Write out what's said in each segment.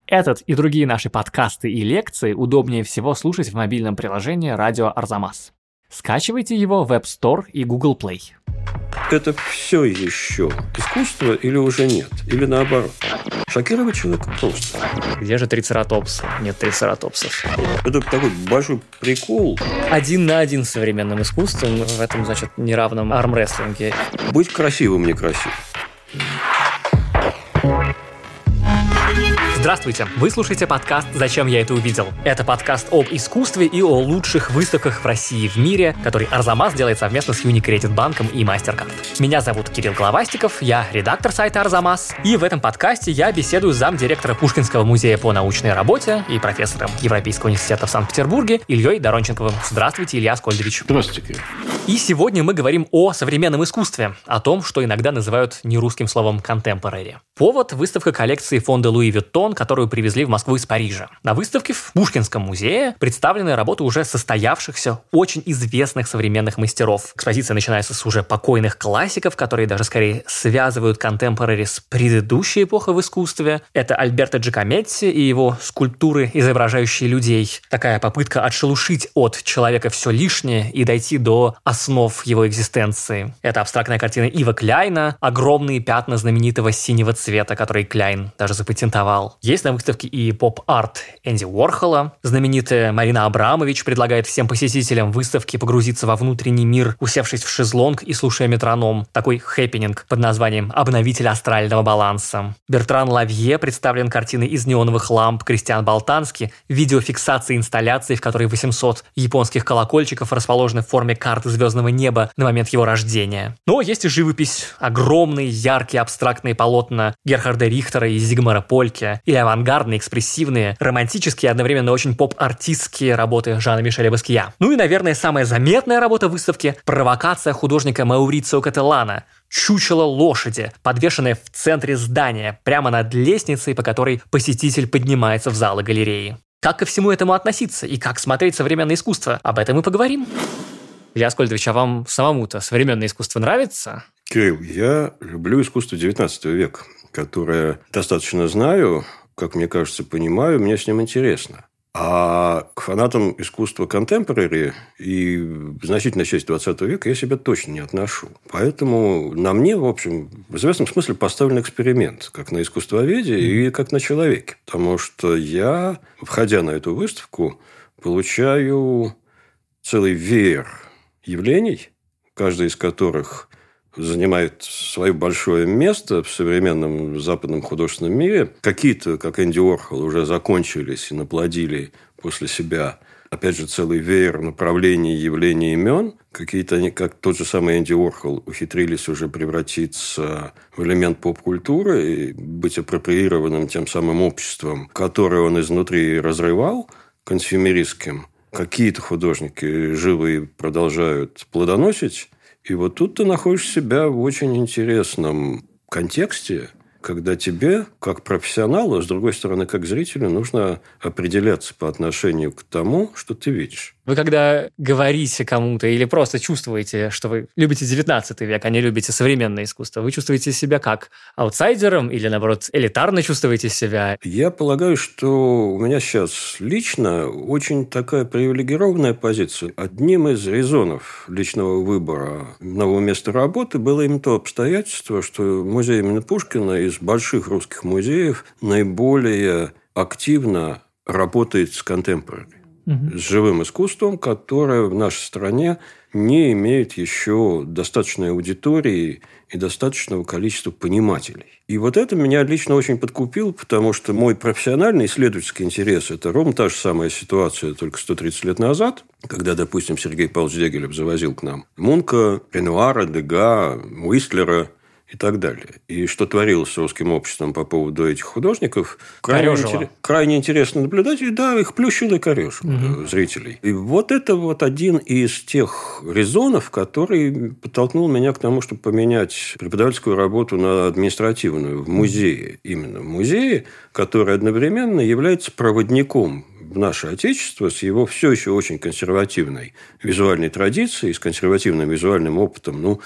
Этот и другие наши подкасты и лекции удобнее всего слушать в мобильном приложении «Радио Арзамас». Скачивайте его в App Store и Google Play. Это все еще искусство или уже нет? Или наоборот? Шокировать человека просто. Где же трицератопсы? Нет трицератопсов. Это такой большой прикол. 1 на 1 с современным искусством в этом, значит, неравном армрестлинге. Быть красивым некрасиво. Здравствуйте! Вы слушаете подкаст «Зачем я это увидел?». Это подкаст об искусстве и о лучших выставках в России и в мире, который Арзамас делает совместно с Unicredit банком и MasterCard. Меня зовут Кирилл Головастиков, я редактор сайта Арзамас, и в этом подкасте я беседую с замдиректора Пушкинского музея по научной работе и профессором Европейского университета в Санкт-Петербурге Ильей Доронченковым. Здравствуйте, Илья Аскольдович. Здравствуйте, Кирилл. И сегодня мы говорим о современном искусстве, о том, что иногда называют нерусским словом «contemporary». Повод – выставка коллекции фонда Луи Виттон, которую привезли в Москву из Парижа. На выставке в Пушкинском музее представлены работы уже состоявшихся, очень известных современных мастеров. Экспозиция начинается с уже покойных классиков, которые даже скорее связывают contemporary с предыдущей эпохой в искусстве. Это Альберто Джакометти и его скульптуры, изображающие людей. Такая попытка отшелушить от человека все лишнее и дойти до основ его экзистенции. Это абстрактная картина Ива Кляйна, огромные пятна знаменитого синего цвета, который Кляйн даже запатентовал. Есть на выставке и поп-арт Энди Уорхола. Знаменитая Марина Абрамович предлагает всем посетителям выставки погрузиться во внутренний мир, усевшись в шезлонг и слушая метроном. Такой хэппининг под названием «Обновитель астрального баланса». Бертран Лавье представлен картиной из неоновых ламп, Кристиан Болтанский видеофиксацией инсталляции, в которой 800 японских колокольчиков расположены в форме карты звездного неба на момент его рождения. Но есть и живопись. Огромные, яркие, абстрактные полотна Герхарда Рихтера и Зигмара Польке, или авангардные, экспрессивные, романтические, одновременно очень поп-артистские работы Жана-Мишеля Баския. Ну и, наверное, самая заметная работа выставки – провокация художника Маурицио Кателлана. Чучело лошади, подвешенное в центре здания, прямо над лестницей, по которой посетитель поднимается в залы галереи. Как ко всему этому относиться и как смотреть современное искусство? Об этом и поговорим. Илья Аскольдович, а вам самому-то современное искусство нравится? Кирилл, я люблю искусство 19 века, которое достаточно знаю, как мне кажется, понимаю, мне с ним интересно. А к фанатам искусства contemporary и значительной части 20 века я себя точно не отношу. Поэтому на мне, в общем, в известном смысле поставлен эксперимент, как на искусствоведе и как на человеке. Потому что я, входя на эту выставку, получаю целый веер явлений, каждый из которых занимает свое большое место в современном западном художественном мире. Какие-то, как Энди Уорхол, уже закончились и наплодили после себя, опять же, целый веер направлений, явлений, имен. Какие-то они, как тот же самый Энди Уорхол, ухитрились уже превратиться в элемент поп-культуры и быть апроприированным тем самым обществом, которое он изнутри разрывал, консюмеристским. Какие-то художники живые продолжают плодоносить. И вот тут ты находишь себя в очень интересном контексте, когда тебе, как профессионалу, а с другой стороны, как зрителю, нужно определяться по отношению к тому, что ты видишь. Вы когда говорите кому-то или просто чувствуете, что вы любите 19 век, а не любите современное искусство, вы чувствуете себя как аутсайдером или, наоборот, элитарно чувствуете себя? Я полагаю, что у меня сейчас лично очень такая привилегированная позиция. Одним из резонов личного выбора нового места работы было именно то обстоятельство, что музей имени Пушкина из больших русских музеев наиболее активно работает с contemporary. С живым искусством, которое в нашей стране не имеет еще достаточной аудитории и достаточного количества понимателей. И вот это меня лично очень подкупило, потому что мой профессиональный исследовательский интерес – это ровно та же самая ситуация, только 130 лет назад, когда, допустим, Сергей Павлович Дягилев завозил к нам Мунка, Ренуара, Дега, Уистлера и так далее. И что творилось с русским обществом по поводу этих художников, крайне интересно наблюдать. И да, их плющило и корёжило зрителей. И вот это вот один из тех резонов, который подтолкнул меня к тому, чтобы поменять преподавательскую работу на административную в музее. Именно в музее, который одновременно является проводником в в наше Отечество с его все еще очень консервативной визуальной традицией, с консервативным визуальным опытом,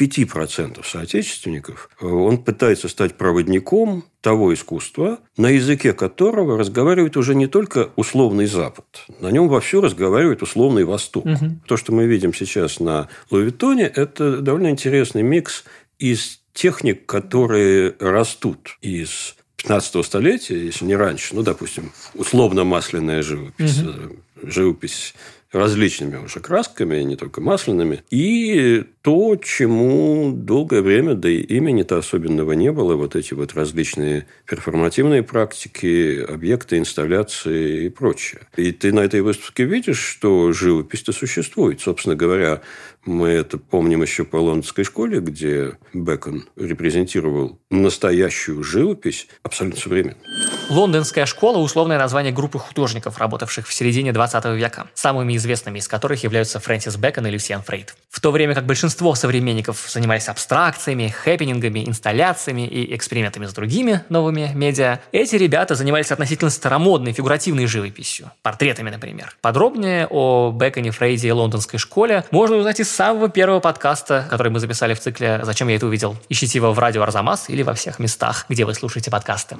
95% соотечественников, он пытается стать проводником того искусства, на языке которого разговаривает уже не только условный Запад, на нем вовсю разговаривает условный Восток. То, что мы видим сейчас на Луи Виттоне, это довольно интересный микс из техник, которые растут из 15 столетия, если не раньше, допустим, условно-масляная живопись, живопись различными уже красками, не только масляными, и то, чему долгое время, да и имени-то особенного не было, вот эти вот различные перформативные практики, объекты, инсталляции и прочее. И ты на этой выставке видишь, что живопись-то существует. Собственно говоря, мы это помним еще по лондонской школе, где Бэкон репрезентировал настоящую живопись абсолютно современную. Лондонская школа – условное название группы художников, работавших в середине 20 века, самыми известными из которых являются Фрэнсис Бэкон и Люсьен Фрейд. В то время как большинство современников занимались абстракциями, хэппинингами, инсталляциями и экспериментами с другими новыми медиа, эти ребята занимались относительно старомодной фигуративной живописью, портретами, например. Подробнее о Бэконе, Фрейде и лондонской школе можно узнать из самого первого подкаста, который мы записали в цикле «Зачем я это увидел?». Ищите его в радио Арзамас или во всех местах, где вы слушаете подкасты.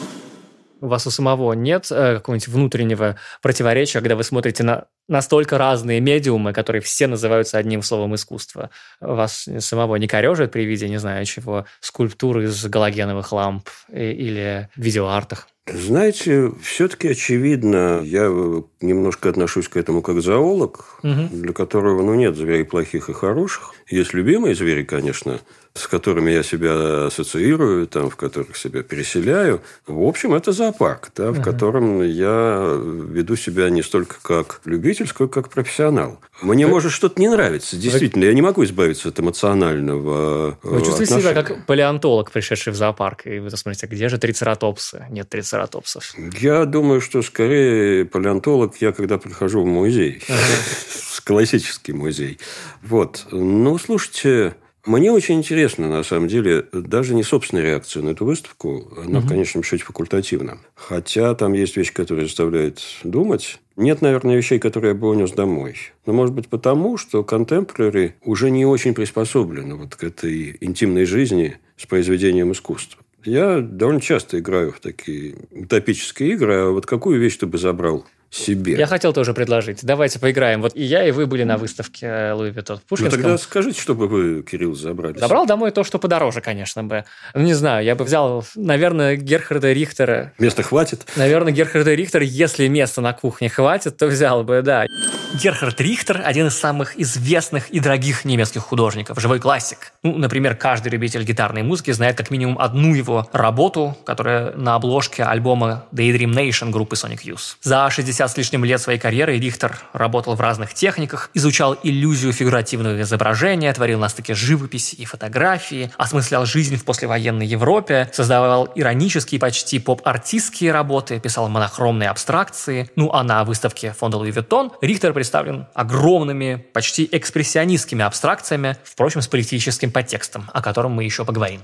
У вас у самого нет какого-нибудь внутреннего противоречия, когда вы смотрите на настолько разные медиумы, которые все называются одним словом искусства? Вас самого не корежит при виде, не знаю чего, скульптуры из галогеновых ламп или видеоартах? Знаете, все-таки очевидно, я немножко отношусь к этому как зоолог, для которого нет зверей плохих и хороших. Есть любимые звери, конечно, с которыми я себя ассоциирую, в которых себя переселяю. В общем, это зоопарк, в котором я веду себя не столько как любитель, сколько как профессионал. Мне может что-то не нравится. Действительно, я не могу избавиться от эмоционального Вы чувствуете себя как палеонтолог, пришедший в зоопарк, и вы смотрите, где же трицератопсы? Нет трицератопсов. Я думаю, что скорее палеонтолог я, когда прихожу в музей. Классический музей. Слушайте... Мне очень интересно, на самом деле, даже не собственная реакция на эту выставку. Она, в конечном счете, факультативна. Хотя там есть вещи, которые заставляют думать. Нет, наверное, вещей, которые я бы унес домой. Но, может быть, потому, что контемпорари уже не очень приспособлены к этой интимной жизни с произведением искусства. Я довольно часто играю в такие утопические игры. А какую вещь ты бы забрал себе? Я хотел тоже предложить. Давайте поиграем. И я, и вы были на выставке Луи Виттон в Пушкинском. Тогда скажите, что бы вы, Кирилл, забрали. Забрал домой то, что подороже, конечно бы. Не знаю, я бы взял, наверное, Герхарда Рихтера. Места хватит? Наверное, Герхарда Рихтера, если места на кухне хватит, то взял бы, да. Герхард Рихтер – один из самых известных и дорогих немецких художников, живой классик. Например, каждый любитель гитарной музыки знает как минимум одну его работу, которая на обложке альбома Daydream Nation группы Sonic Youth. За 60 с лишним лет своей карьеры Рихтер работал в разных техниках, изучал иллюзию фигуративного изображения, творил на стыке живописи и фотографии, осмыслял жизнь в послевоенной Европе, создавал иронические, почти поп-артистские работы, писал монохромные абстракции. А на выставке фонда Луи Виттон Рихтер представлен огромными, почти экспрессионистскими абстракциями, впрочем, с политическим подтекстом, о котором мы еще поговорим.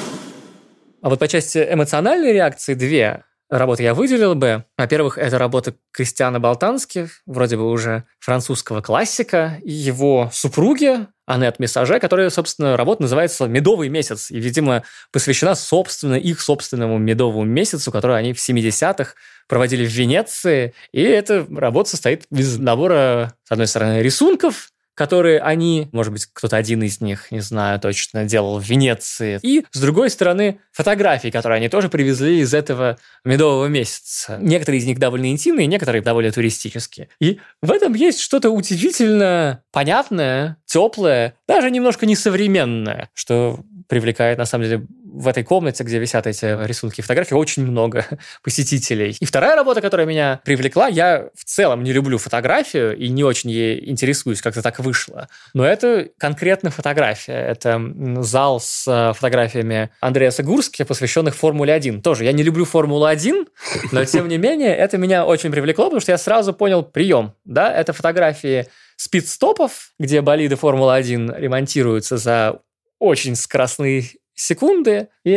А по части эмоциональной реакции две работы я выделил бы. Во-первых, это работа Кристиана Болтански, вроде бы уже французского классика, и его супруги Аннет Мессаже, которая, собственно, работа называется «Медовый месяц», и, видимо, посвящена, их собственному медовому месяцу, который они в 70-х проводили в Венеции. И эта работа состоит из набора, с одной стороны, рисунков, которые они, может быть, кто-то один из них, не знаю точно, делал в Венеции. И, с другой стороны, фотографии, которые они тоже привезли из этого медового месяца. Некоторые из них довольно интимные, некоторые довольно туристические. И в этом есть что-то удивительно понятное, теплое, даже немножко несовременное, что привлекает, на самом деле, в этой комнате, где висят эти рисунки и фотографии, очень много посетителей. И вторая работа, которая меня привлекла, я в целом не люблю фотографию и не очень ей интересуюсь, как-то так вышло. Но это конкретно фотография. Это зал с фотографиями Андреаса Гурски, посвященных Формуле-1. Тоже я не люблю Формулу-1, но тем не менее это меня очень привлекло, потому что я сразу понял прием. Да? Это фотографии спидстопов, где болиды Формулы-1 ремонтируются за очень скоростные секунды, и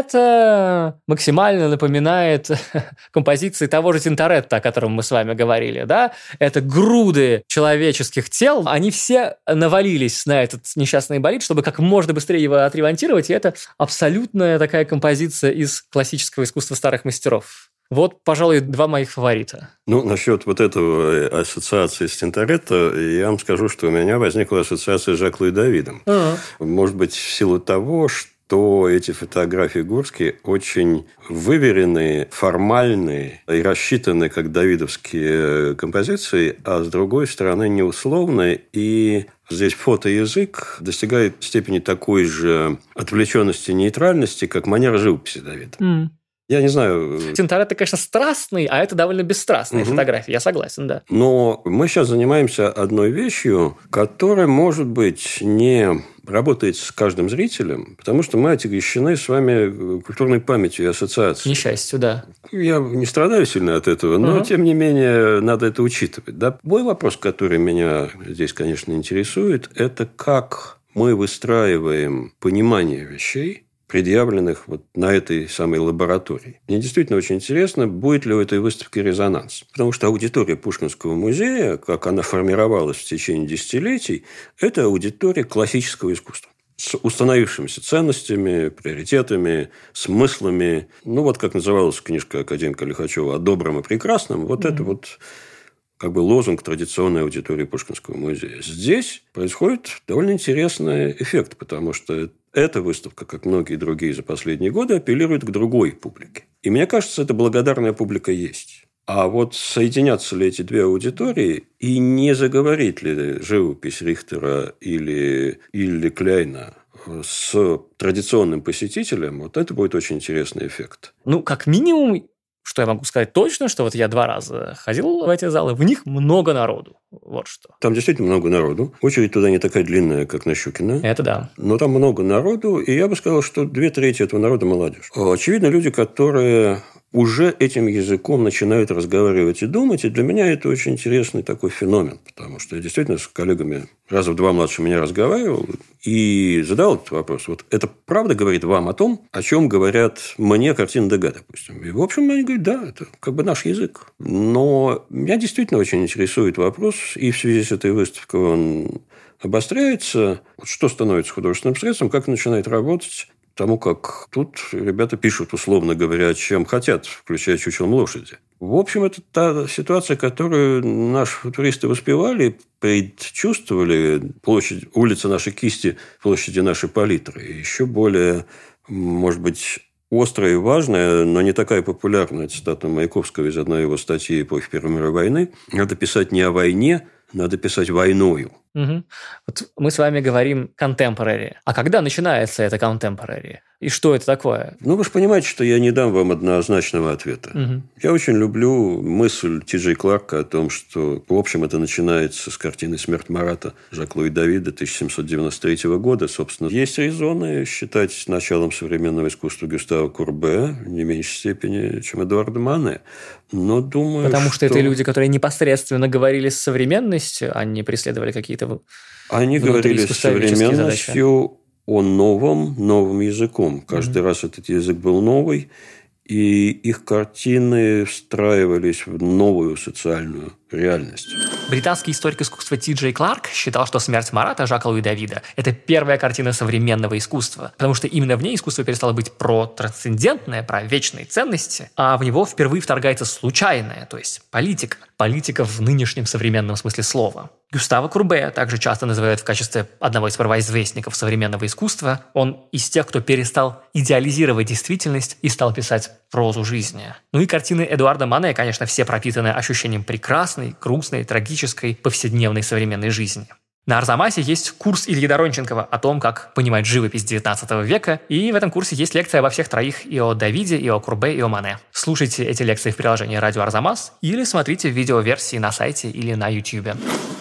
это максимально напоминает композиции того же Тинторетто, о котором мы с вами говорили, да? Это груды человеческих тел, они все навалились на этот несчастный болид, чтобы как можно быстрее его отремонтировать, и это абсолютная такая композиция из классического искусства старых мастеров. Вот, пожалуй, два моих фаворита. Насчет вот этого ассоциации с Тинторетто, я вам скажу, что у меня возникла ассоциация с Жак-Луи Давидом. Может быть, в силу того, что эти фотографии Гурски очень выверенные, формальные и рассчитаны как давидовские композиции, а с другой стороны неусловные. И здесь фотоязык достигает степени такой же отвлеченности и нейтральности, как манера живописи Давида. Я не знаю... Тинторетто, конечно, страстный, а это довольно бесстрастные фотографии, я согласен, да. Но мы сейчас занимаемся одной вещью, которая, может быть, не работает с каждым зрителем, потому что мы отягощены с вами культурной памятью и ассоциацией. К несчастью, да. Я не страдаю сильно от этого, но, тем не менее, надо это учитывать. Да? Мой вопрос, который меня здесь, конечно, интересует, это как мы выстраиваем понимание вещей, предъявленных вот на этой самой лаборатории. Мне действительно очень интересно, будет ли у этой выставки резонанс. Потому что аудитория Пушкинского музея, как она формировалась в течение десятилетий, это аудитория классического искусства. С установившимися ценностями, приоритетами, смыслами. Вот как называлась книжка академика Лихачева «О добром и прекрасном». Вот это вот как бы лозунг традиционной аудитории Пушкинского музея. Здесь происходит довольно интересный эффект, потому что эта выставка, как многие другие за последние годы, апеллирует к другой публике. И мне кажется, эта благодарная публика есть. А вот соединятся ли эти две аудитории и не заговорит ли живопись Рихтера или Кляйна с традиционным посетителем, вот это будет очень интересный эффект. Как минимум, что я могу сказать точно, что вот я 2 раза ходил в эти залы, в них много народу. Вот что. Там действительно много народу. Очередь туда не такая длинная, как на Щукина. Это да. Но там много народу, и я бы сказал, что 2/3 этого народа молодежь. Очевидно, люди, которые уже этим языком начинают разговаривать и думать, и для меня это очень интересный такой феномен, потому что я действительно с коллегами раза в 2 младше меня разговаривал и задал этот вопрос. Вот это правда говорит вам о том, о чем говорят мне картины Дега, допустим? И, в общем, они говорят, да, это как бы наш язык. Но меня действительно очень интересует вопрос, и в связи с этой выставкой он обостряется. Вот что становится художественным средством, как начинает работать, тому как тут ребята пишут, условно говоря, чем хотят, включая чучелом лошади. В общем, это та ситуация, которую наши футуристы воспевали, предчувствовали. Площадь, улица нашей кисти, площади нашей палитры. И еще более, может быть, острая и важная, но не такая популярная цитата Маяковского из одной его статьи эпохи Первой мировой войны. Надо писать не о войне, надо писать войною. Вот мы с вами говорим contemporary. А когда начинается это contemporary? И что это такое? Вы же понимаете, что я не дам вам однозначного ответа. Я очень люблю мысль Ти Джей Кларка о том, что, в общем, это начинается с картины «Смерть Марата» Жак-Луи Давида 1793 года. Собственно, есть резоны считать началом современного искусства Гюстава Курбе в не меньшей степени, чем Эдуарда Мане. Но думаю, Потому что это люди, которые непосредственно говорили с современностью, а не преследовали какие-то Они говорили с современностью о новым языком. Каждый раз этот язык был новый, и их картины встраивались в новую социальную реальность. Британский историк искусства Ти Джей Кларк считал, что «Смерть Марата» Жака-Луи Давида – это первая картина современного искусства, потому что именно в ней искусство перестало быть про трансцендентное, про вечные ценности, а в него впервые вторгается случайное, то есть политика. Политика в нынешнем современном смысле слова. Гюстава Курбе также часто называют в качестве одного из первоизвестников современного искусства. Он из тех, кто перестал идеализировать действительность и стал писать прозу жизни. И картины Эдуарда Мане, конечно, все пропитаны ощущением прекрасной, грустной, трагической, повседневной современной жизни. На Арзамасе есть курс Ильи Доронченкова о том, как понимать живопись XIX века, и в этом курсе есть лекция обо всех троих: и о Давиде, и о Курбе, и о Мане. Слушайте эти лекции в приложении «Радио Арзамас» или смотрите видеоверсии на сайте или на YouTube.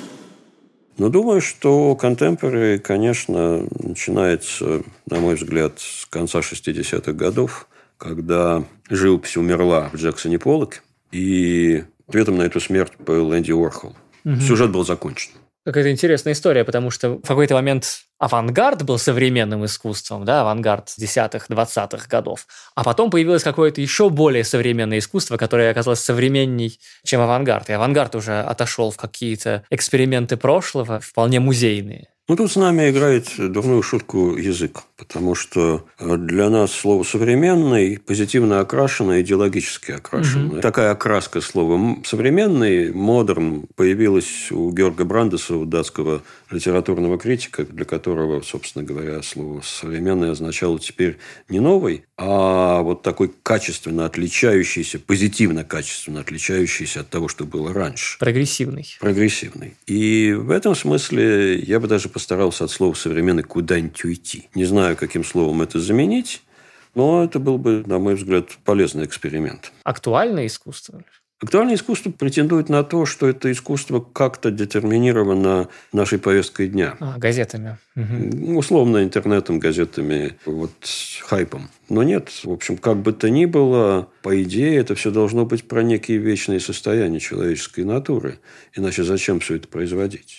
Думаю, что contemporary, конечно, начинается, на мой взгляд, с конца 60-х годов, когда живопись умерла в Джексоне Поллоке, и ответом на эту смерть был Энди Уорхол. Сюжет был закончен. Какая-то интересная история, потому что в какой-то момент авангард был современным искусством, да, авангард 10-х, 20-х годов, а потом появилось какое-то еще более современное искусство, которое оказалось современней, чем авангард. И авангард уже отошел в какие-то эксперименты прошлого, вполне музейные. Ну, тут с нами играет дурную шутку язык, потому что для нас слово «современный» позитивно окрашено, идеологически окрашено. Такая окраска слова «современный», «модерн» появилась у Георга Брандеса, у датского литературного критика, для которого, собственно говоря, слово «современный» означало теперь не «новый», а вот такой качественно отличающийся, позитивно качественно отличающийся от того, что было раньше. Прогрессивный. Прогрессивный. И в этом смысле я бы даже постарался от слова «современный» куда-нибудь уйти. Не знаю, каким словом это заменить, но это был бы, на мой взгляд, полезный эксперимент. Актуальное искусство? Актуальное искусство претендует на то, что это искусство как-то детерминировано нашей повесткой дня. Газетами. Условно, интернетом, газетами, хайпом. Но нет, в общем, как бы то ни было, по идее, это все должно быть про некие вечные состояния человеческой натуры. Иначе зачем все это производить?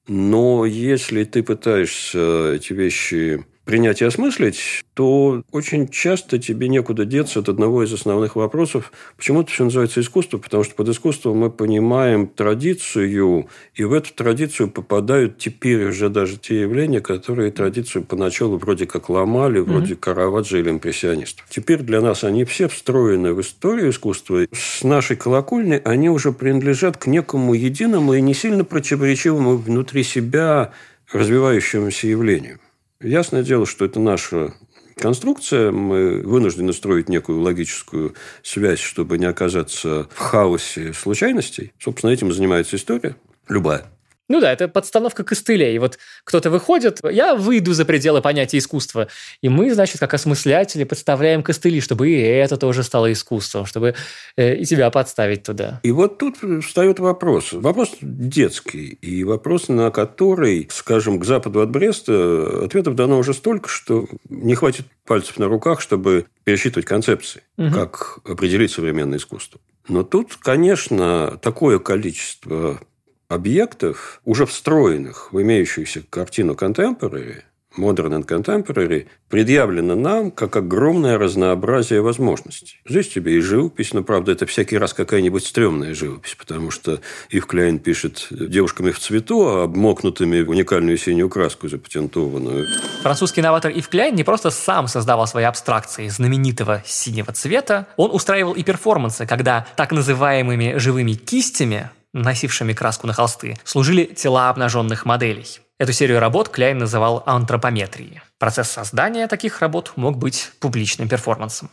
Но если ты пытаешься эти вещи принять и осмыслить, то очень часто тебе некуда деться от одного из основных вопросов. Почему это все называется искусство? Потому что под искусством мы понимаем традицию, и в эту традицию попадают теперь уже даже те явления, которые традицию поначалу вроде как ломали, вроде Караваджо или импрессионистов. Теперь для нас они все встроены в историю искусства. С нашей колокольни они уже принадлежат к некому единому и не сильно противоречивому внутри себя развивающемуся явлению. Ясное дело, что это наша конструкция. Мы вынуждены строить некую логическую связь, чтобы не оказаться в хаосе случайностей. Собственно, этим и занимается история. Любая. Ну да, это подстановка костылей. Вот кто-то выходит, я выйду за пределы понятия искусства, и мы, значит, как осмыслятели, подставляем костыли, чтобы и это тоже стало искусством, чтобы и тебя подставить туда. И вот тут встает вопрос. Вопрос детский, и вопрос, на который, скажем, к западу от Бреста ответов дано уже столько, что не хватит пальцев на руках, чтобы пересчитывать концепции, как определить современное искусство. Но тут, конечно, такое количество объектов, уже встроенных в имеющуюся картину contemporary, modern and contemporary, предъявлено нам как огромное разнообразие возможностей. Здесь тебе и живопись, но, правда, это всякий раз какая-нибудь стрёмная живопись, потому что Ив Кляйн пишет девушками в цвету, обмокнутыми в уникальную синюю краску запатентованную. Французский новатор Ив Кляйн не просто сам создавал свои абстракции знаменитого синего цвета, он устраивал и перформансы, когда так называемыми живыми кистями, носившими краску на холсты, служили тела обнаженных моделей. Эту серию работ Кляйн называл антропометрией. Процесс создания таких работ мог быть публичным перформансом.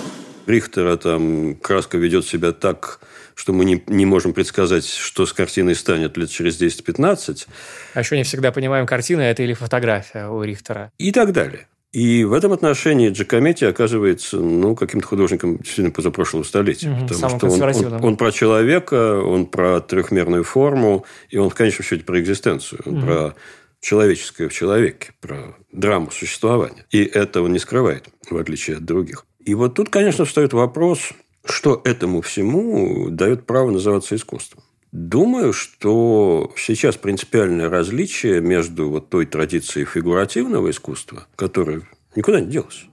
Рихтера там краска ведет себя так, что мы не можем предсказать, что с картиной станет лет через 10-15. А еще не всегда понимаем, картина это или фотография у Рихтера. И так далее. И в этом отношении Джакометти оказывается каким-то художником действительно позапрошлого столетия. Потому что он про человека, он про трехмерную форму, и он в конечном счете про экзистенцию, про человеческое в человеке, про драму существования. И это он не скрывает, в отличие от других. И вот тут, конечно, встает вопрос, что этому всему дает право называться искусством. Думаю, что сейчас принципиальное различие между той традицией фигуративного искусства, которая никуда не делась,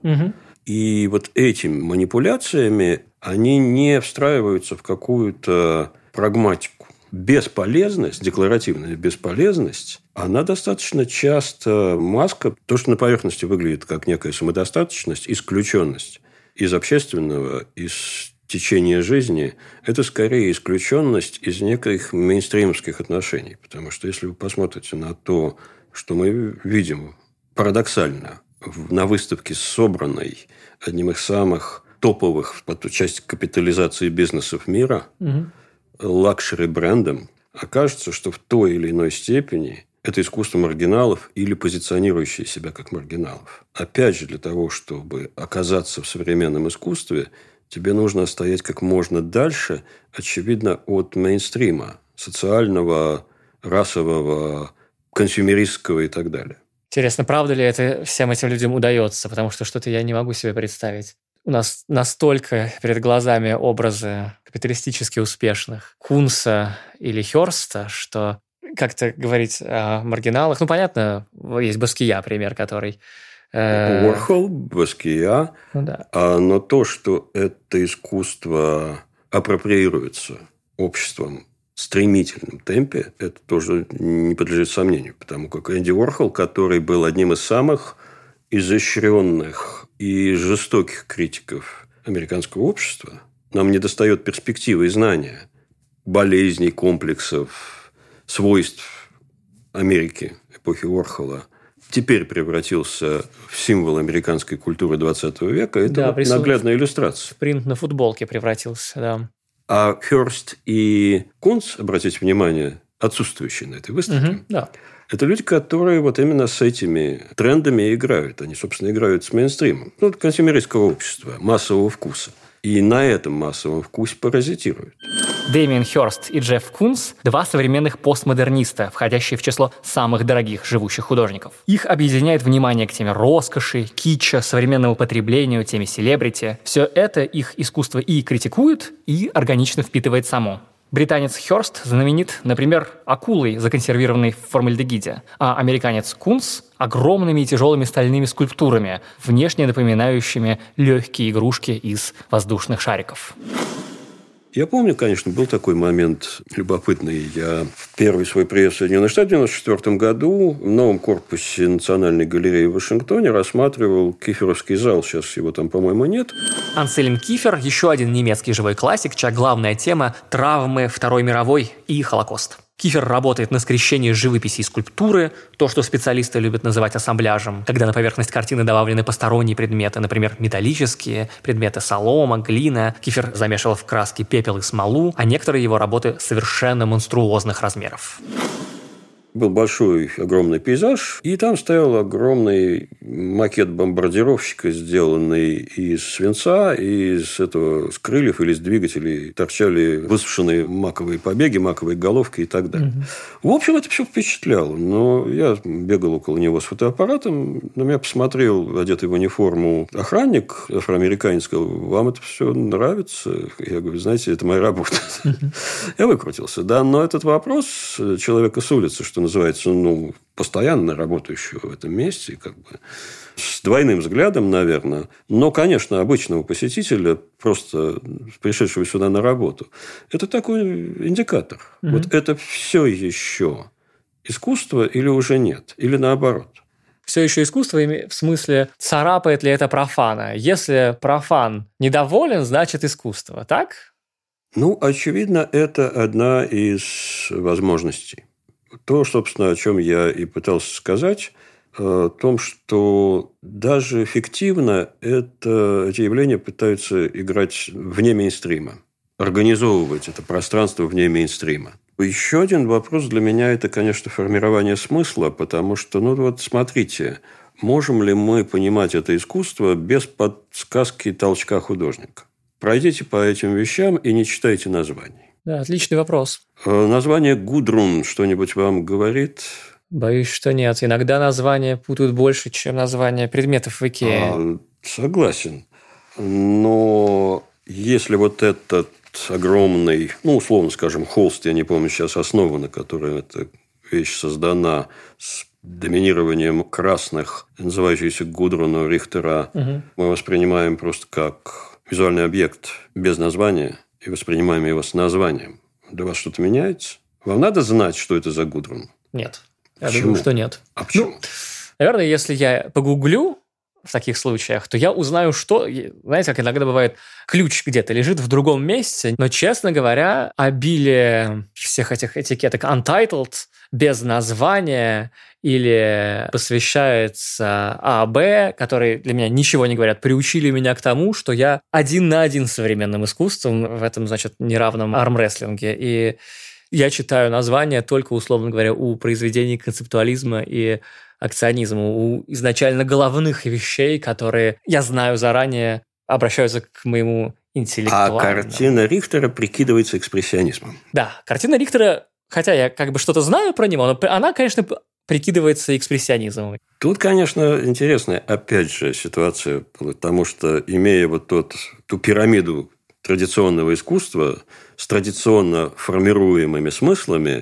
и этими манипуляциями, они не встраиваются в какую-то прагматику. Бесполезность, декларативная бесполезность, она достаточно часто маска, то, что на поверхности выглядит как некая самодостаточность, исключенность из общественного, из течение жизни – это скорее исключенность из неких мейнстримовских отношений. Потому что если вы посмотрите на то, что мы видим парадоксально на выставке, собранной одним из самых топовых по той части капитализации бизнесов мира, лакшери-брендом, окажется, что в той или иной степени это искусство маргиналов или позиционирующие себя как маргиналов. Опять же, для того, чтобы оказаться в современном искусстве, тебе нужно стоять как можно дальше, очевидно, от мейнстрима, социального, расового, консюмеристского и так далее. Интересно, правда ли это всем этим людям удается? Потому что что-то я не могу себе представить. У нас настолько перед глазами образы капиталистически успешных Кунса или Хёрста, что как-то говорить о маргиналах. Ну, понятно, есть Баския, пример, который... Уорхол, Баския. Ну, да. Но то, что это искусство апроприируется обществом в стремительном темпе, это тоже не подлежит сомнению. Потому как Энди Уорхол, который был одним из самых изощренных и жестоких критиков американского общества, нам недостает перспективы и знания болезней, комплексов, свойств Америки эпохи Уорхола, теперь превратился в символ американской культуры 20 века. Это наглядная иллюстрация. Принт на футболке превратился, да. А Хёрст и Кунц, обратите внимание, отсутствующие на этой выставке, да. Это люди, которые вот именно с этими трендами играют. Они, собственно, играют с мейнстримом. Ну, консюмеристского общества, массового вкуса. И на этом массовом вкусе паразитируют. Дэмиен Хёрст и Джефф Кунц – два современных постмодерниста, входящие в число самых дорогих живущих художников. Их объединяет внимание к теме роскоши, китча, современному потреблению, теме селебрити. Все это их искусство и критикует, и органично впитывает само. Британец Хёрст знаменит, например, акулой, законсервированной в формальдегиде, а американец Кунц – огромными и тяжелыми стальными скульптурами, внешне напоминающими легкие игрушки из воздушных шариков. Я помню, конечно, был такой момент любопытный. Я в первый свой приезд в Соединенные Штаты в 1994 году в новом корпусе Национальной галереи в Вашингтоне рассматривал Киферовский зал. Сейчас его там, по-моему, нет. Анселм Кифер – еще один немецкий живой классик, чья главная тема – травмы Второй мировой и Холокост. Кифер работает на скрещении живописи и скульптуры, то, что специалисты любят называть ассамбляжем, когда на поверхность картины добавлены посторонние предметы, например, металлические предметы, солома, глина. Кифер замешивал в краски пепел и смолу, а некоторые его работы совершенно монструозных размеров. Был большой, огромный пейзаж, и там стоял огромный макет бомбардировщика, сделанный из свинца, и с крыльев или с двигателей торчали высушенные маковые побеги, маковые головки и так далее. В общем, это все впечатляло. Но я бегал около него с фотоаппаратом, на меня посмотрел, одетый в униформу, охранник афроамериканец, сказал: вам это все нравится? Я говорю: знаете, это моя работа. Я выкрутился, да, но этот вопрос человека с улицы, что называется, постоянно работающего в этом месте, с двойным взглядом, наверное. Но, конечно, обычного посетителя, просто пришедшего сюда на работу, это такой индикатор. Вот это все еще искусство или уже нет? Или наоборот? Все еще искусство, в смысле, царапает ли это профана? Если профан недоволен, значит искусство, так? Очевидно, это одна из возможностей. То, собственно, о чем я и пытался сказать, о том, что даже фиктивно эти явления пытаются играть вне мейнстрима, организовывать это пространство вне мейнстрима. Еще один вопрос для меня – это, конечно, формирование смысла, потому что, смотрите, можем ли мы понимать это искусство без подсказки толчка художника? Пройдите по этим вещам и не читайте названий. Да, отличный вопрос. Название «Гудрун» что-нибудь вам говорит? Боюсь, что нет. Иногда названия путают больше, чем названия предметов в Икее. Согласен. Но если вот этот огромный, условно скажем, холст, я не помню сейчас основу, на которой эта вещь создана, с доминированием красных, называющийся Гудруну Рихтера, мы воспринимаем просто как визуальный объект без названия и воспринимаем его с названием. Для вас что-то меняется? Вам надо знать, что это за Гудрун? Нет. Я думаю, что нет. А почему? Наверное, если я погуглю в таких случаях, то я узнаю, что... Знаете, как иногда бывает, ключ где-то лежит в другом месте, но, честно говоря, обилие всех этих этикеток untitled, без названия или посвящается А, Б, которые для меня ничего не говорят, приучили меня к тому, что я один на один с современным искусством в этом, неравном армрестлинге. И я читаю названия только, условно говоря, у произведений концептуализма и акционизма, у изначально головных вещей, которые, я знаю заранее, обращаются к моему интеллектуальному. А картина Рихтера прикидывается экспрессионизмом. Да, картина Рихтера, хотя я что-то знаю про него, но она, конечно, прикидывается экспрессионизмом. Тут, конечно, интересная, опять же, ситуация, потому что, имея ту пирамиду традиционного искусства с традиционно формируемыми смыслами,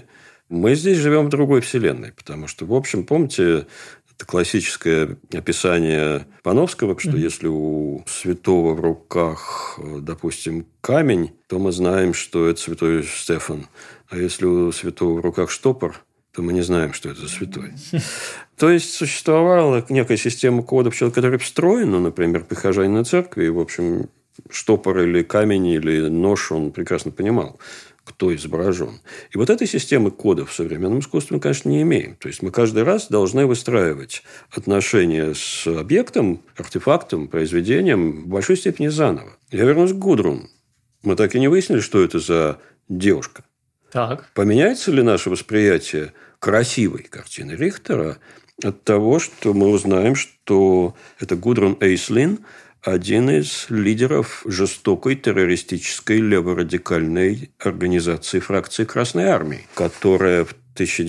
Мы здесь живем в другой вселенной, потому что, в общем, помните, это классическое описание Пановского, что если у святого в руках, допустим, камень, то мы знаем, что это святой Стефан. А если у святого в руках штопор, то мы не знаем, что это за святой. То есть, существовала некая система кодов, которая встроена, например, прихожанина церкви, и, в общем, штопор или камень или нож он прекрасно понимал, кто изображен. И вот этой системы кодов в современном искусстве мы, конечно, не имеем. То есть, мы каждый раз должны выстраивать отношения с объектом, артефактом, произведением в большой степени заново. Я вернусь к Гудрун. Мы так и не выяснили, что это за девушка. Так. Поменяется ли наше восприятие красивой картины Рихтера от того, что мы узнаем, что это Гудрун Эйслин, один из лидеров жестокой террористической леворадикальной организации фракции Красной Армии, которая в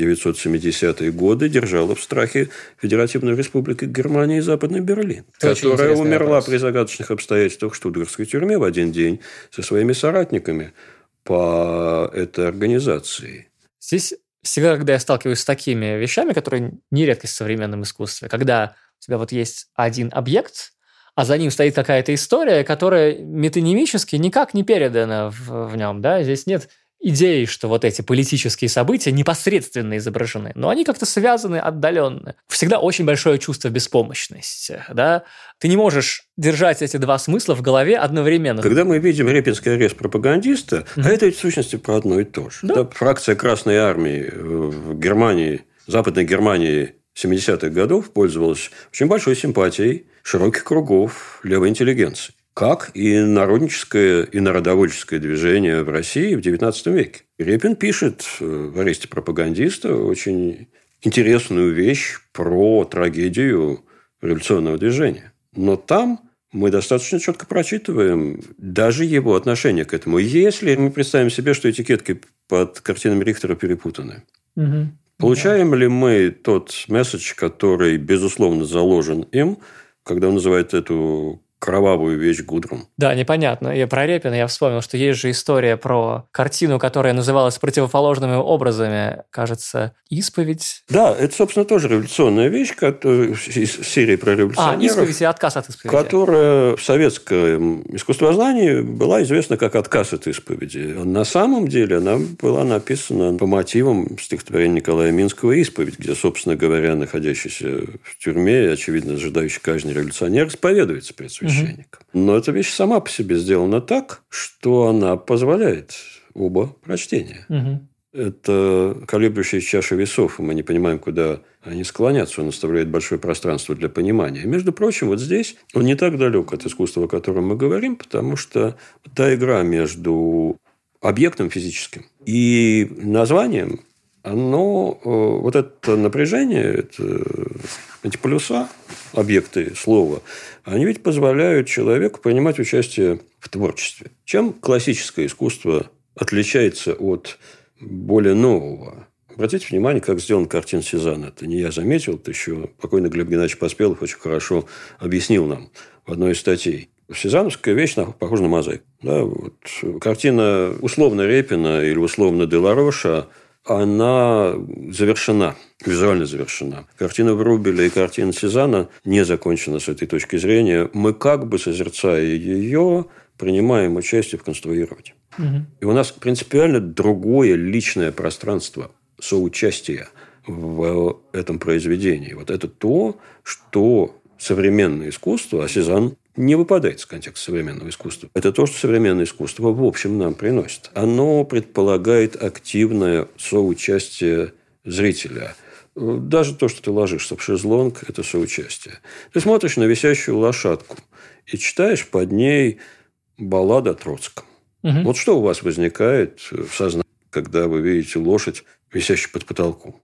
1970-е годы держала в страхе Федеративную Республику Германии и Западный Берлин, которая умерла при загадочных обстоятельствах в штутгартской тюрьме в один день со своими соратниками по этой организации. Здесь всегда, когда я сталкиваюсь с такими вещами, которые не редкость в современном искусстве, когда у тебя вот есть один объект, а за ним стоит какая-то история, которая метонимически никак не передана в нем. Да? Здесь нет идеи, что вот эти политические события непосредственно изображены, но они как-то связаны отдаленно. Всегда очень большое чувство беспомощности. Да? Ты не можешь держать эти два смысла в голове одновременно. Когда мы видим Репинский арест пропагандиста, а это в сущности про одно и то же. Да? Фракция Красной Армии в Германии, Западной Германии 70-х годов пользовалась очень большой симпатией широких кругов левой интеллигенции. Как и народническое и народовольческое движение в России в XIX веке. Репин пишет в «Аресте пропагандиста» очень интересную вещь про трагедию революционного движения. Но там мы достаточно четко прочитываем даже его отношение к этому. Если мы представим себе, что этикетки под картинами Рихтера перепутаны, получаем ли мы тот месседж, который, безусловно, заложен им, когда он называет эту кровавую вещь Гудрун? Да, непонятно. Я про Репина я вспомнил, что есть же история про картину, которая называлась противоположными образами, кажется, «Исповедь». Да, это, собственно, тоже революционная вещь из серии про революционеров. «Исповедь» и «Отказ от исповеди». Которая в советском искусствознании была известна как «Отказ от исповеди». На самом деле она была написана по мотивам стихотворения Николая Минского «Исповедь», где, свобственно говоря, находящийся в тюрьме и, очевидно, ожидающий казни революционер исповедуется перед священником. Но эта вещь сама по себе сделана так, что она позволяет оба прочтения. Это колеблющаяся чаша весов, и мы не понимаем, куда они склонятся. Он оставляет большое пространство для понимания. И, между прочим, вот здесь он не так далек от искусства, о котором мы говорим, потому что та игра между объектом физическим и названием, оно, вот это напряжение, эти полюса, объекты слова, они ведь позволяют человеку принимать участие в творчестве. Чем классическое искусство отличается от более нового? Обратите внимание, как сделана картина Сезанна. Это не я заметил, это еще покойный Глеб Геннадьевич Поспелов очень хорошо объяснил нам в одной из статей. Сезанновская вещь похожа на мозаику. Да, вот картина условно Репина или условно Делароша, она завершена, визуально завершена. Картина Врубеля и картина Сезанна не закончена с этой точки зрения. Мы, как бы созерцая ее, принимаем участие в конструировании. И у нас принципиально другое личное пространство соучастия в этом произведении. Вот это то, что современное искусство, а Сезанн не выпадает из контекста современного искусства. Это то, что современное искусство в общем нам приносит. Оно предполагает активное соучастие зрителя. Даже то, что ты ложишься в шезлонг, это соучастие. Ты смотришь на висящую лошадку и читаешь под ней балладу о Троцком. Вот что у вас возникает в сознании, когда вы видите лошадь, висящую под потолком?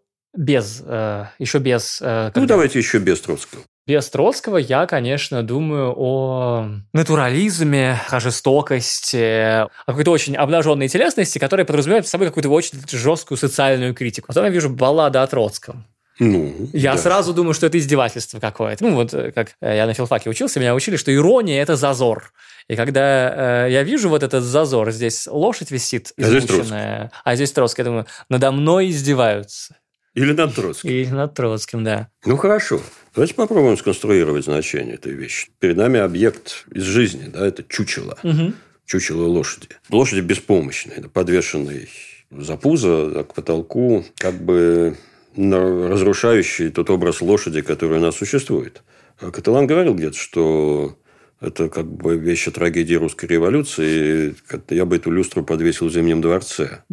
Еще без... давайте еще без Троцкого. Без Троцкого я, конечно, думаю о натурализме, о жестокости, о какой-то очень обнаженной телесности, которая подразумевает в собой какую-то очень жесткую социальную критику. Потом я вижу баллада о Троцком. Я сразу думаю, что это издевательство какое-то. Вот как я на филфаке учился, меня учили, что ирония – это зазор. И когда я вижу вот этот зазор, здесь лошадь висит измученная, а здесь Троцкий, я думаю, надо мной издеваются. Или над Троцким. Или над Троцким, да. Хорошо. Давайте попробуем сконструировать значение этой вещи. Перед нами объект из жизни, да, это чучело. Чучело лошади. Лошади беспомощные, подвешенные за пузо, к потолку, как бы разрушающий тот образ лошади, который у нас существует. Каталан говорил где-то, что это как бы вещь о трагедии русской революции. Я бы эту люстру подвесил в Зимнем дворце.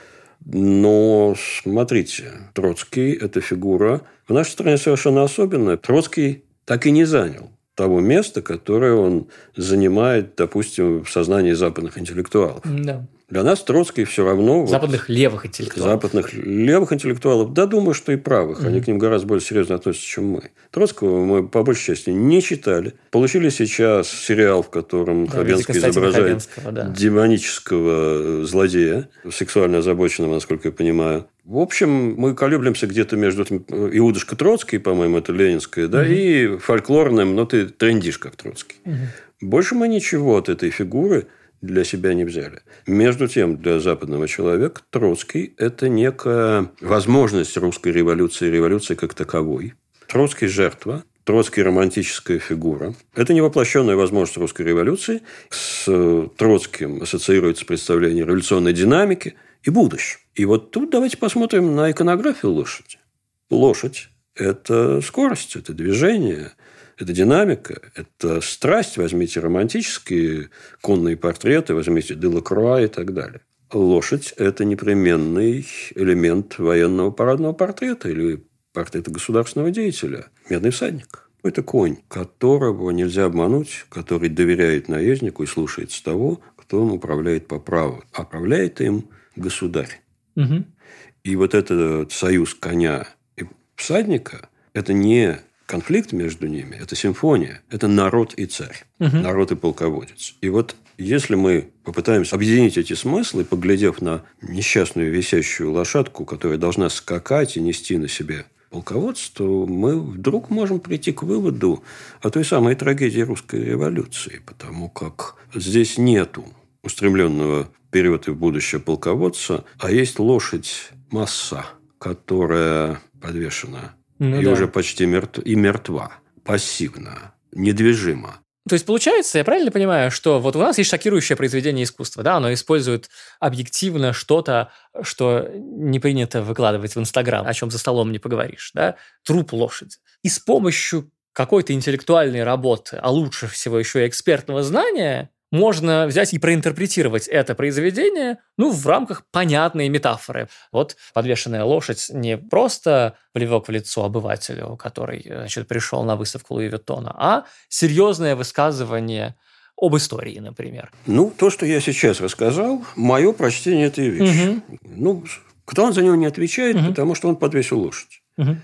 Но смотрите, Троцкий – это фигура в нашей стране совершенно особенная. Троцкий так и не занял того места, которое он занимает, допустим, в сознании западных интеллектуалов. Да. Для нас Троцкий все равно... Западных левых интеллектуалов. Западных левых интеллектуалов. Да, думаю, что и правых. Они к ним гораздо более серьезно относятся, чем мы. Троцкого мы, по большей части, не читали. Получили сейчас сериал, в котором Хабенский изображает демонического злодея, сексуально озабоченного, насколько я понимаю. В общем, мы колеблемся где-то между Иудушка Троцкий, по-моему, это ленинское, да, и фольклорным, но ты трендишь, как Троцкий. Больше мы ничего от этой фигуры для себя не взяли. Между тем, для западного человека Троцкий – это некая возможность русской революции, революции как таковой. Троцкий – жертва, Троцкий – романтическая фигура. Это невоплощенная возможность русской революции. С Троцким ассоциируется представление революционной динамики и будущего. И вот тут давайте посмотрим на иконографию лошади. Лошадь – это скорость, это движение – это динамика, это страсть. Возьмите романтические конные портреты, возьмите Делакруа и так далее. Лошадь – это непременный элемент военного парадного портрета или портрета государственного деятеля. Медный всадник. Это конь, которого нельзя обмануть, который доверяет наезднику и слушается того, кто им управляет по праву. А управляет им государь. И вот этот союз коня и всадника – это не конфликт между ними – это симфония, это народ и царь, народ и полководец. И вот если мы попытаемся объединить эти смыслы, поглядев на несчастную висящую лошадку, которая должна скакать и нести на себе полководство, то мы вдруг можем прийти к выводу о той самой трагедии русской революции, потому как здесь нету устремленного вперед и в будущее полководца, а есть лошадь масса, которая подвешена уже почти мертва, пассивна, недвижима. То есть, получается, я правильно понимаю, что вот у нас есть шокирующее произведение искусства, да, оно использует объективно что-то, что не принято выкладывать в Инстаграм, о чем за столом не поговоришь, да, труп лошади. И с помощью какой-то интеллектуальной работы, а лучше всего еще и экспертного знания, можно взять и проинтерпретировать это произведение, в рамках понятной метафоры. Вот подвешенная лошадь не просто плевок в лицо обывателю, который, пришел на выставку Луи Виттона, а серьезное высказывание об истории, например. То, что я сейчас рассказал, мое прочтение этой вещи. Кто он за него не отвечает, потому что он подвесил лошадь.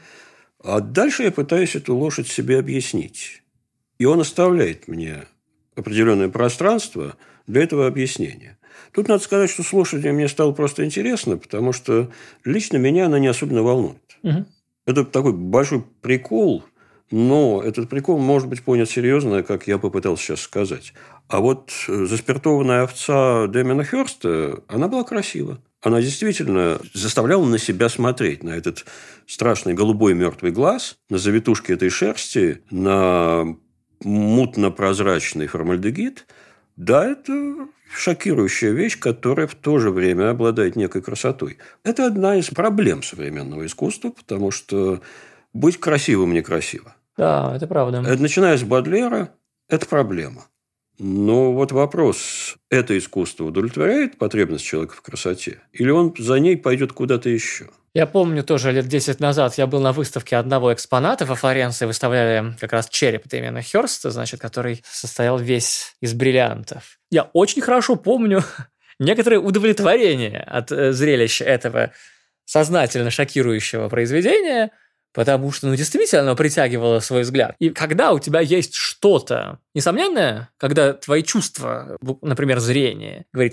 А дальше я пытаюсь эту лошадь себе объяснить. И он оставляет мне определенное пространство для этого объяснения. Тут надо сказать, что с лошадью мне стало просто интересно, потому что лично меня она не особенно волнует. Это такой большой прикол, но этот прикол может быть понят серьезно, как я попытался сейчас сказать. А вот заспиртованная овца Дэмиана Хёрста, она была красива. Она действительно заставляла на себя смотреть, на этот страшный голубой мертвый глаз, на завитушки этой шерсти, на мутно-прозрачный формальдегид. Да, это шокирующая вещь, которая в то же время обладает некой красотой. Это одна из проблем современного искусства, потому что быть красивым некрасиво. Да, это правда. Начиная с Бодлера, это проблема. Но вот вопрос, это искусство удовлетворяет потребность человека в красоте? Или он за ней пойдет куда-то еще? Я помню, тоже лет 10 назад я был на выставке одного экспоната во Флоренции, выставляли как раз череп Дэмиана Хёрста, который состоял весь из бриллиантов. Я очень хорошо помню некоторое удовлетворение от зрелища этого сознательно шокирующего произведения, потому что, действительно, оно притягивало свой взгляд. И когда у тебя есть что-то несомненное, когда твои чувства, например, зрение, говорит тебе,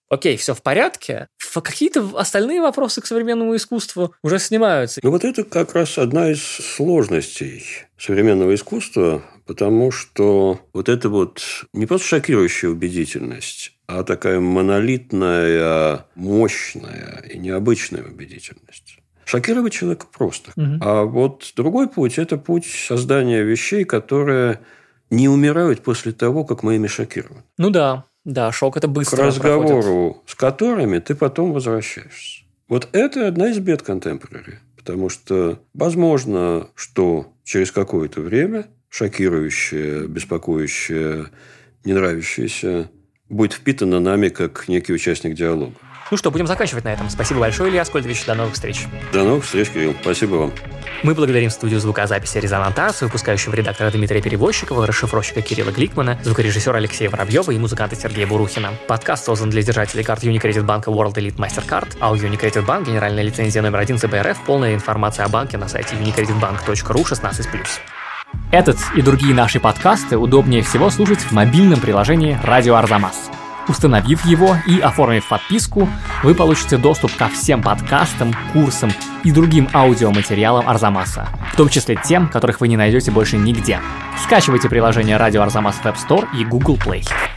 окей, все в порядке, какие-то остальные вопросы к современному искусству уже снимаются. Ну, вот это как раз одна из сложностей современного искусства, потому что вот это вот не просто шокирующая убедительность, а такая монолитная, мощная и необычная убедительность. Шокировать человека просто. А вот другой путь – это путь создания вещей, которые не умирают после того, как мы ими шокированы. Ну да, шок – это быстро к разговору проходит. с которыми ты потом возвращаешься. Вот это одна из бед контемпорари. Потому что возможно, что через какое-то время шокирующее, беспокоящее, не нравящееся будет впитано нами как некий участник диалога. Ну что, будем заканчивать на этом. Спасибо большое, Илья Аскольдович. До новых встреч. До новых встреч, Кирилл. Спасибо вам. Мы благодарим студию звукозаписи «Резонант Арт», выпускающего редактора Дмитрия Перевозчикова, расшифровщика Кирилла Гликмана, звукорежиссера Алексея Воробьева и музыканта Сергея Бурухина. Подкаст создан для держателей карт Unicredit банка World Elite Mastercard, а у Unicredit Bank генеральная лицензия номер 1 ЦБРФ, полная информация о банке на сайте unicreditbank.ru 16+. Этот и другие наши подкасты удобнее всего слушать в мобильном приложении «Радио Арзамас». Установив его и оформив подписку, вы получите доступ ко всем подкастам, курсам и другим аудиоматериалам Арзамаса, в том числе тем, которых вы не найдете больше нигде. Скачивайте приложение «Радио Арзамас» в App Store и Google Play.